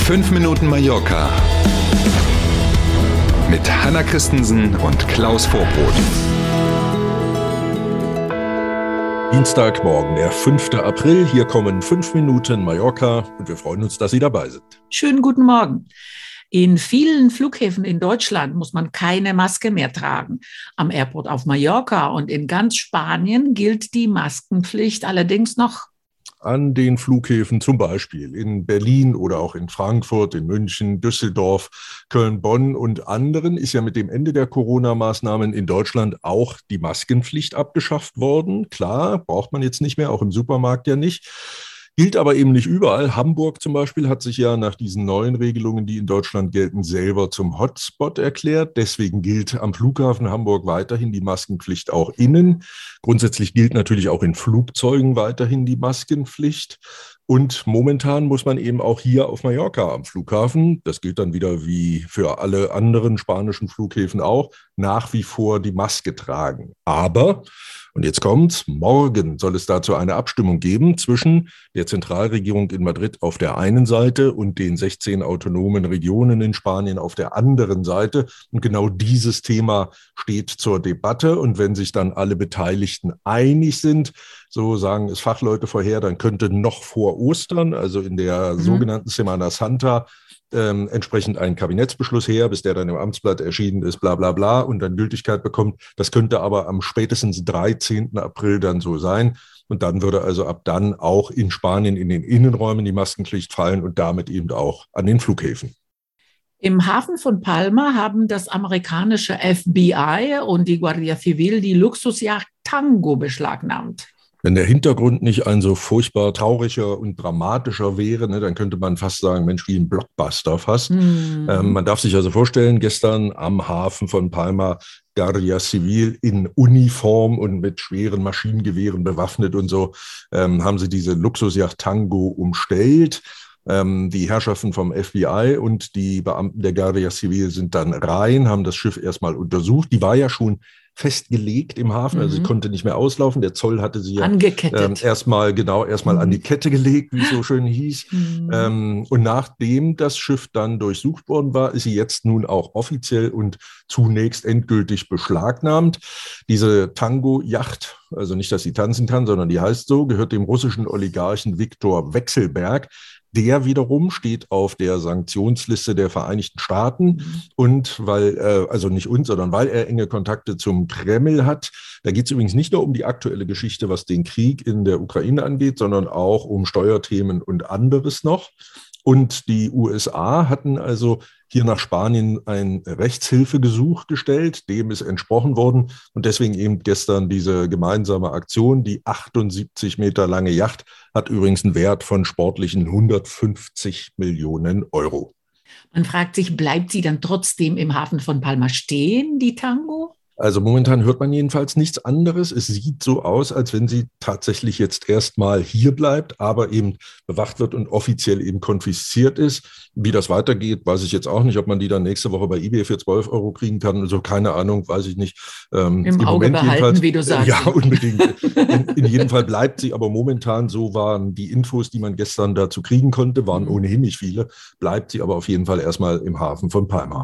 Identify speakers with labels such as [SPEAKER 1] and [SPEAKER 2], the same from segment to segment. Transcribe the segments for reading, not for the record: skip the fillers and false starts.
[SPEAKER 1] 5 Minuten Mallorca mit Hanna Christensen und Klaus Vorbrot.
[SPEAKER 2] Dienstagmorgen, der 5. April. Hier kommen 5 Minuten Mallorca und wir freuen uns, dass Sie dabei sind.
[SPEAKER 3] Schönen guten Morgen. In vielen Flughäfen in Deutschland muss man keine Maske mehr tragen. Am Airport auf Mallorca und in ganz Spanien gilt die Maskenpflicht allerdings noch.
[SPEAKER 2] An den Flughäfen zum Beispiel in Berlin oder auch in Frankfurt, in München, Düsseldorf, Köln, Bonn und anderen ist ja mit dem Ende der Corona-Maßnahmen in Deutschland auch die Maskenpflicht abgeschafft worden. Klar, braucht man jetzt nicht mehr, auch im Supermarkt ja nicht. Gilt aber eben nicht überall. Hamburg zum Beispiel hat sich ja nach diesen neuen Regelungen, die in Deutschland gelten, selber zum Hotspot erklärt. Deswegen gilt am Flughafen Hamburg weiterhin die Maskenpflicht auch innen. Grundsätzlich gilt natürlich auch in Flugzeugen weiterhin die Maskenpflicht. Und momentan muss man eben auch hier auf Mallorca am Flughafen, das gilt dann wieder wie für alle anderen spanischen Flughäfen auch, nach wie vor die Maske tragen. Aber, und jetzt kommt's, morgen soll es dazu eine Abstimmung geben zwischen der Zentralregierung in Madrid auf der einen Seite und den 16 autonomen Regionen in Spanien auf der anderen Seite. Und genau dieses Thema steht zur Debatte. Und wenn sich dann alle Beteiligten einig sind, so sagen es Fachleute vorher, dann könnte noch vor Ostern, also in der sogenannten Semana Santa, entsprechend ein Kabinettsbeschluss her, bis der dann im Amtsblatt erschienen ist, bla bla bla, und dann Gültigkeit bekommt. Das könnte aber am spätestens 13. April dann so sein. Und dann würde also ab dann auch in Spanien in den Innenräumen die Maskenpflicht fallen und damit eben auch an den Flughäfen.
[SPEAKER 3] Im Hafen von Palma haben das amerikanische FBI und die Guardia Civil die Luxusjacht Tango beschlagnahmt.
[SPEAKER 2] Wenn der Hintergrund nicht ein so furchtbar trauriger und dramatischer wäre, ne, dann könnte man fast sagen, Mensch, wie ein Blockbuster fast. Man darf sich also vorstellen, gestern am Hafen von Palma, Guardia Civil in Uniform und mit schweren Maschinengewehren bewaffnet und so, haben sie diese Luxusjacht Tango umstellt. Die Herrschaften vom FBI und die Beamten der Guardia Civil sind dann rein, haben das Schiff erstmal untersucht. Die war ja schon festgelegt im Hafen, also sie konnte nicht mehr auslaufen. Der Zoll hatte sie ja erstmal an die Kette gelegt, wie es so schön hieß. Und nachdem das Schiff dann durchsucht worden war, ist sie jetzt nun auch offiziell und zunächst endgültig beschlagnahmt. Diese Tango-Yacht, also nicht, dass sie tanzen kann, sondern die heißt so, gehört dem russischen Oligarchen Viktor Vekselberg. Der wiederum steht auf der Sanktionsliste der Vereinigten Staaten und weil er enge Kontakte zum Kreml hat. Da geht es übrigens nicht nur um die aktuelle Geschichte, was den Krieg in der Ukraine angeht, sondern auch um Steuerthemen und anderes noch. Und die USA hatten also hier nach Spanien ein Rechtshilfegesuch gestellt, dem ist entsprochen worden und deswegen eben gestern diese gemeinsame Aktion. Die 78 Meter lange Yacht hat übrigens einen Wert von sportlichen 150 Millionen Euro.
[SPEAKER 3] Man fragt sich, bleibt sie dann trotzdem im Hafen von Palma stehen, die Tango?
[SPEAKER 2] Also momentan hört man jedenfalls nichts anderes. Es sieht so aus, als wenn sie tatsächlich jetzt erstmal hier bleibt, aber eben bewacht wird und offiziell eben konfisziert ist. Wie das weitergeht, weiß ich jetzt auch nicht. Ob man die dann nächste Woche bei eBay für 12 Euro kriegen kann, also keine Ahnung, weiß ich nicht.
[SPEAKER 3] Im Auge Moment behalten, wie du sagst.
[SPEAKER 2] Ja, unbedingt. In jedem Fall bleibt sie, aber momentan, so waren die Infos, die man gestern dazu kriegen konnte, waren ohnehin nicht viele, bleibt sie aber auf jeden Fall erstmal im Hafen von Palma.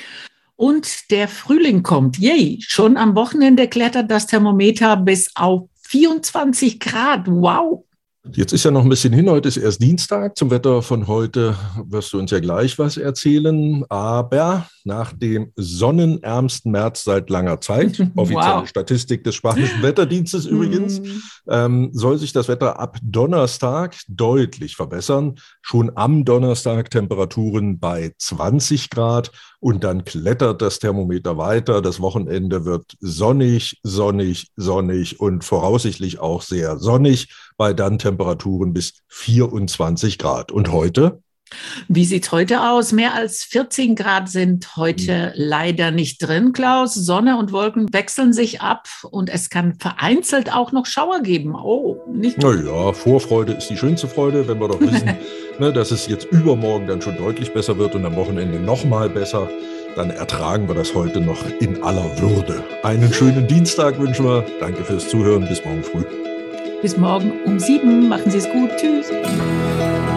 [SPEAKER 3] Und der Frühling kommt. Yay! Schon am Wochenende klettert das Thermometer bis auf 24 Grad. Wow!
[SPEAKER 2] Jetzt ist ja noch ein bisschen hin, heute ist erst Dienstag. Zum Wetter von heute wirst du uns ja gleich was erzählen. Aber nach dem sonnenärmsten März seit langer Zeit, offizielle Statistik des spanischen Wetterdienstes übrigens, soll sich das Wetter ab Donnerstag deutlich verbessern. Schon am Donnerstag Temperaturen bei 20 Grad und dann klettert das Thermometer weiter. Das Wochenende wird sonnig, sonnig, sonnig und voraussichtlich auch sehr sonnig, bei dann Temperaturen bis 24 Grad. Und heute?
[SPEAKER 3] Wie sieht es heute aus? Mehr als 14 Grad sind heute leider nicht drin, Klaus. Sonne und Wolken wechseln sich ab und es kann vereinzelt auch noch Schauer geben. Oh, nicht?
[SPEAKER 2] Naja, Vorfreude ist die schönste Freude, wenn wir doch wissen, dass es jetzt übermorgen dann schon deutlich besser wird und am Wochenende noch mal besser. Dann ertragen wir das heute noch in aller Würde. Einen schönen Dienstag wünschen wir. Danke fürs Zuhören. Bis morgen früh.
[SPEAKER 3] Bis morgen um 7. Machen Sie es gut. Tschüss.